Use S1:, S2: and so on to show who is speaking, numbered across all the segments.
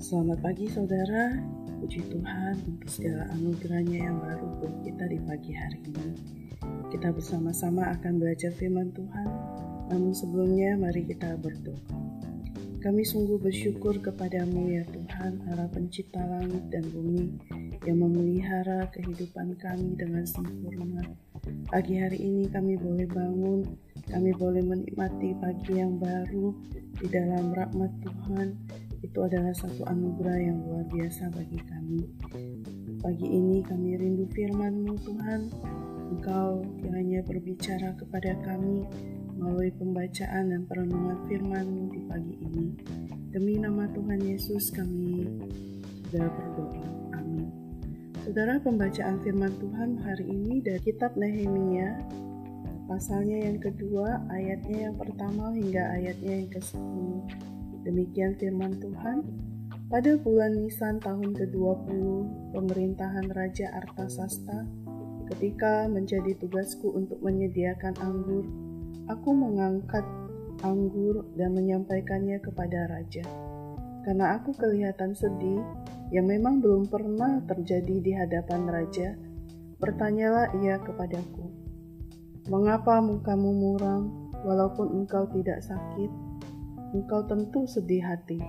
S1: Selamat pagi saudara, puji Tuhan untuk segala anugerahnya yang baru buat kita di pagi hari ini. Kita bersama-sama akan belajar firman Tuhan, namun sebelumnya mari kita berdoa. Kami sungguh bersyukur kepadamu ya Tuhan, Allah pencipta langit dan bumi yang memelihara kehidupan kami dengan sempurna. Pagi hari ini kami boleh bangun, kami boleh menikmati pagi yang baru di dalam rahmat Tuhan. Itu adalah satu anugerah yang luar biasa bagi kami. Pagi ini kami rindu firman-Mu Tuhan. Engkau kiranya berbicara kepada kami melalui pembacaan dan perenungan firman-Mu di pagi ini. Demi nama Tuhan Yesus kami sudah berdoa. Amin. Saudara, pembacaan firman Tuhan hari ini dari kitab Nehemia, pasalnya yang kedua, ayatnya yang pertama hingga ayatnya yang ke-10. Demikian firman Tuhan. Pada bulan Nisan tahun ke-20 pemerintahan Raja Artasasta, ketika menjadi tugasku untuk menyediakan anggur, aku mengangkat anggur dan menyampaikannya kepada raja. Karena aku kelihatan sedih, yang memang belum pernah terjadi di hadapan raja, bertanyalah ia kepadaku, "Mengapa mukamu muram, walaupun engkau tidak sakit? Engkau tentu sedih hati."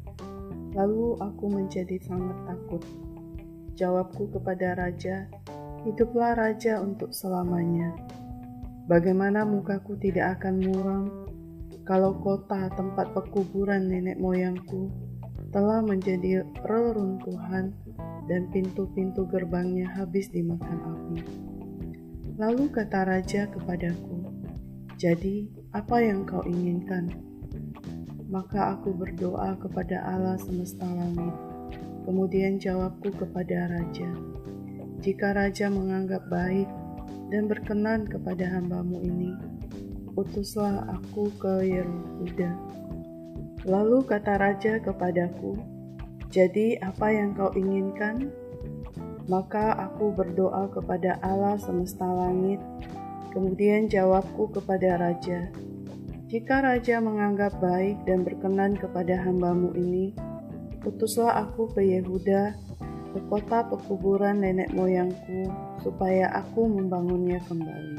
S1: Lalu aku menjadi sangat takut. Jawabku kepada raja, "Hiduplah raja untuk selamanya. Bagaimana mukaku tidak akan muram kalau kota tempat pekuburan nenek moyangku telah menjadi reruntuhan dan pintu-pintu gerbangnya habis dimakan api." Lalu kata raja kepadaku, "Jadi apa yang kau inginkan?" Maka aku berdoa kepada Allah semesta langit. Kemudian jawabku kepada raja, "Jika raja menganggap baik dan berkenan kepada hamba-Mu ini, utuslah aku ke Yehuda." Lalu kata raja kepadaku, "Jadi apa yang kau inginkan?" Maka aku berdoa kepada Allah semesta langit. Kemudian jawabku kepada raja, "Jika raja menganggap baik dan berkenan kepada hamba-Mu ini, utuslah aku ke Yehuda, ke kota pekuburan nenek moyangku, supaya aku membangunnya kembali."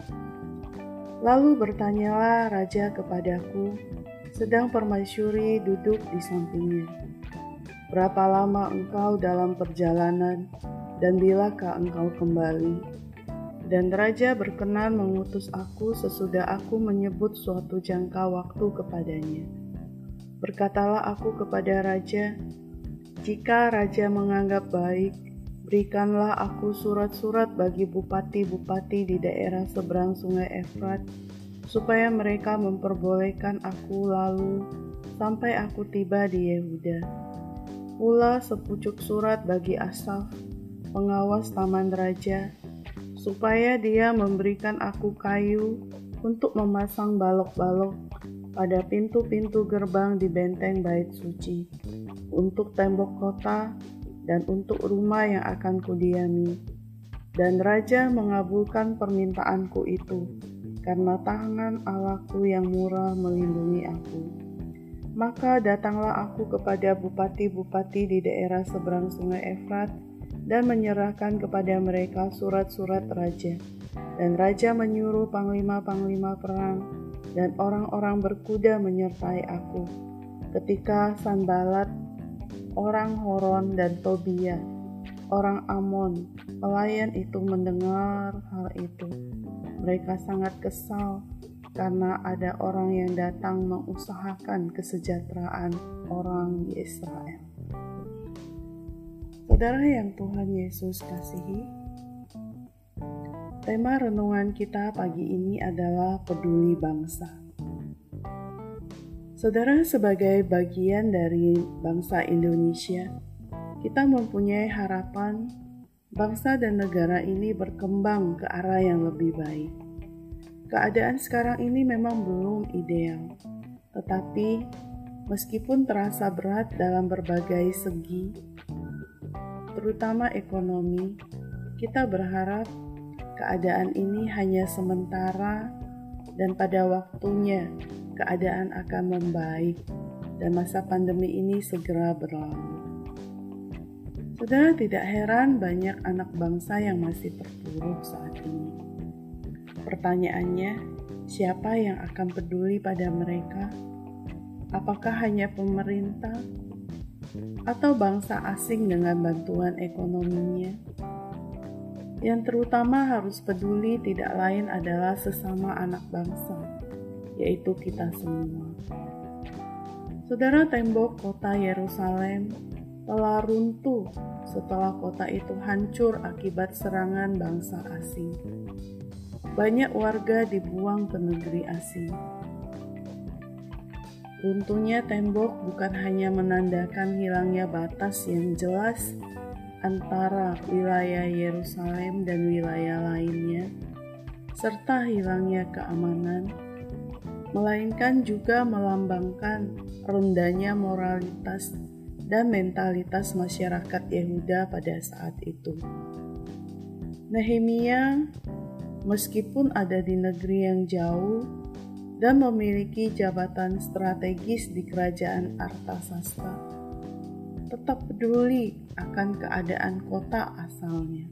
S1: Lalu bertanyalah raja kepadaku, sedang permaisuri duduk di sampingnya, "Berapa lama engkau dalam perjalanan, dan bilakah engkau kembali?" Dan raja berkenan mengutus aku sesudah aku menyebut suatu jangka waktu kepadanya. Berkatalah aku kepada raja, "Jika raja menganggap baik, berikanlah aku surat-surat bagi bupati-bupati di daerah seberang sungai Efrat, supaya mereka memperbolehkan aku lalu sampai aku tiba di Yehuda. Pula sepucuk surat bagi Asaf, pengawas taman raja, supaya dia memberikan aku kayu untuk memasang balok-balok pada pintu-pintu gerbang di benteng bait suci, untuk tembok kota, dan untuk rumah yang akan kudiami." Dan raja mengabulkan permintaanku itu, karena tangan Allahku yang murah melindungi aku. Maka datanglah aku kepada bupati-bupati di daerah seberang sungai Efrat, dan menyerahkan kepada mereka surat-surat raja. Dan raja menyuruh panglima-panglima perang dan orang-orang berkuda menyertai aku. Ketika Sanbalat, orang Horon, dan Tobia, orang Amon, pelayan itu mendengar hal itu, mereka sangat kesal karena ada orang yang datang mengusahakan kesejahteraan orang Israel. Saudara yang Tuhan Yesus kasihi, tema renungan kita pagi ini adalah peduli bangsa. Saudara, sebagai bagian dari bangsa Indonesia, kita mempunyai harapan bangsa dan negara ini berkembang ke arah yang lebih baik. Keadaan sekarang ini memang belum ideal, tetapi meskipun terasa berat dalam berbagai segi, terutama ekonomi, kita berharap keadaan ini hanya sementara dan pada waktunya keadaan akan membaik dan masa pandemi ini segera berlalu. Saudara, tidak heran banyak anak bangsa yang masih terpuruk saat ini. Pertanyaannya, siapa yang akan peduli pada mereka? Apakah hanya pemerintah atau bangsa asing dengan bantuan ekonominya? Yang terutama harus peduli tidak lain adalah sesama anak bangsa, yaitu kita semua. Saudara, tembok kota Yerusalem telah runtuh setelah kota itu hancur akibat serangan bangsa asing. Banyak warga dibuang ke negeri asing. Runtuhnya tembok bukan hanya menandakan hilangnya batas yang jelas antara wilayah Yerusalem dan wilayah lainnya, serta hilangnya keamanan, melainkan juga melambangkan rendahnya moralitas dan mentalitas masyarakat Yehuda pada saat itu. Nehemia, meskipun ada di negeri yang jauh dan memiliki jabatan strategis di kerajaan Artasasta, tetap peduli akan keadaan kota asalnya.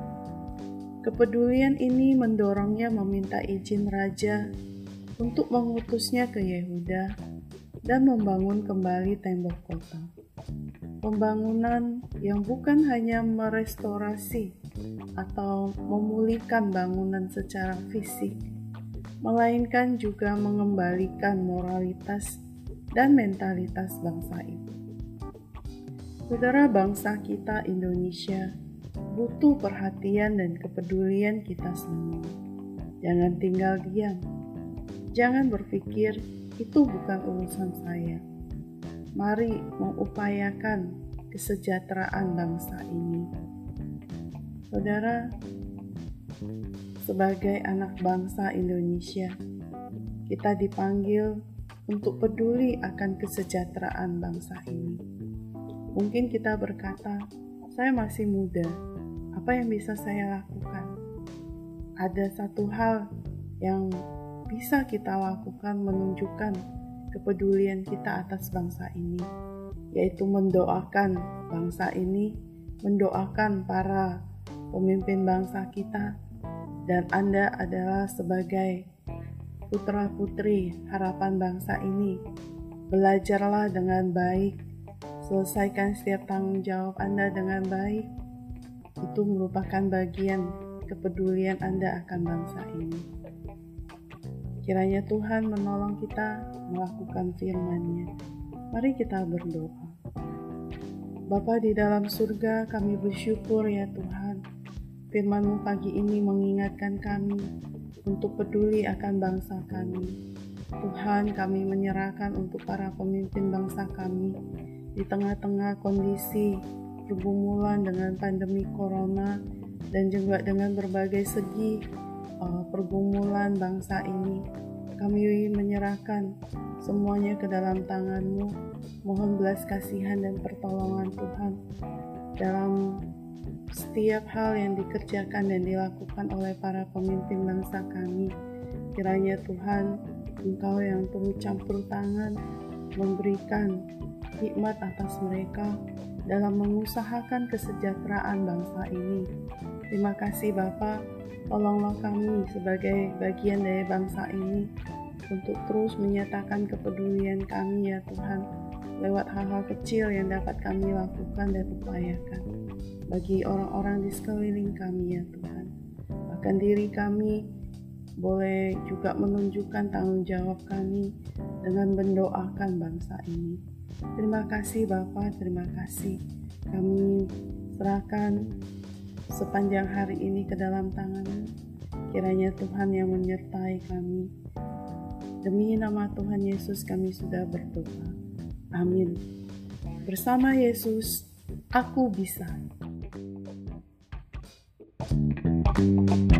S1: Kepedulian ini mendorongnya meminta izin raja untuk mengutusnya ke Yehuda dan membangun kembali tembok kota. Pembangunan yang bukan hanya merestorasi atau memulihkan bangunan secara fisik, melainkan juga mengembalikan moralitas dan mentalitas bangsa itu. Saudara, bangsa kita Indonesia butuh perhatian dan kepedulian kita semua. Jangan tinggal diam. Jangan berpikir itu bukan urusan saya. Mari mengupayakan kesejahteraan bangsa ini. Saudara, sebagai anak bangsa Indonesia, kita dipanggil untuk peduli akan kesejahteraan bangsa ini. Mungkin kita berkata, saya masih muda, apa yang bisa saya lakukan? Ada satu hal yang bisa kita lakukan menunjukkan kepedulian kita atas bangsa ini, yaitu mendoakan bangsa ini, mendoakan para pemimpin bangsa kita, dan Anda adalah sebagai putra-putri harapan bangsa ini. Belajarlah dengan baik, selesaikan setiap tanggung jawab Anda dengan baik. Itu merupakan bagian kepedulian Anda akan bangsa ini. Kiranya Tuhan menolong kita melakukan firman-Nya. Mari kita berdoa. Bapa di dalam surga, kami bersyukur ya Tuhan. Firman-Mu pagi ini mengingatkan kami untuk peduli akan bangsa kami. Tuhan, kami menyerahkan untuk para pemimpin bangsa kami di tengah-tengah kondisi pergumulan dengan pandemi corona dan juga dengan berbagai segi pergumulan bangsa ini. Kami menyerahkan semuanya ke dalam tangan-Mu. Mohon belas kasihan dan pertolongan Tuhan dalam setiap hal yang dikerjakan dan dilakukan oleh para pemimpin bangsa kami. Kiranya Tuhan, Engkau yang turut campur tangan memberikan hikmat atas mereka dalam mengusahakan kesejahteraan bangsa ini. Terima kasih Bapa. Tolonglah kami sebagai bagian dari bangsa ini untuk terus menyatakan kepedulian kami ya Tuhan, lewat hal-hal kecil yang dapat kami lakukan dan upayakan bagi orang-orang di sekeliling kami ya Tuhan. Bahkan diri kami boleh juga menunjukkan tanggung jawab kami dengan mendoakan bangsa ini. Terima kasih Bapa, terima kasih. Kami serahkan sepanjang hari ini ke dalam tangan-Mu. Kiranya Tuhan yang menyertai kami. Demi nama Tuhan Yesus kami sudah berdoa. Amin. Bersama Yesus, aku bisa.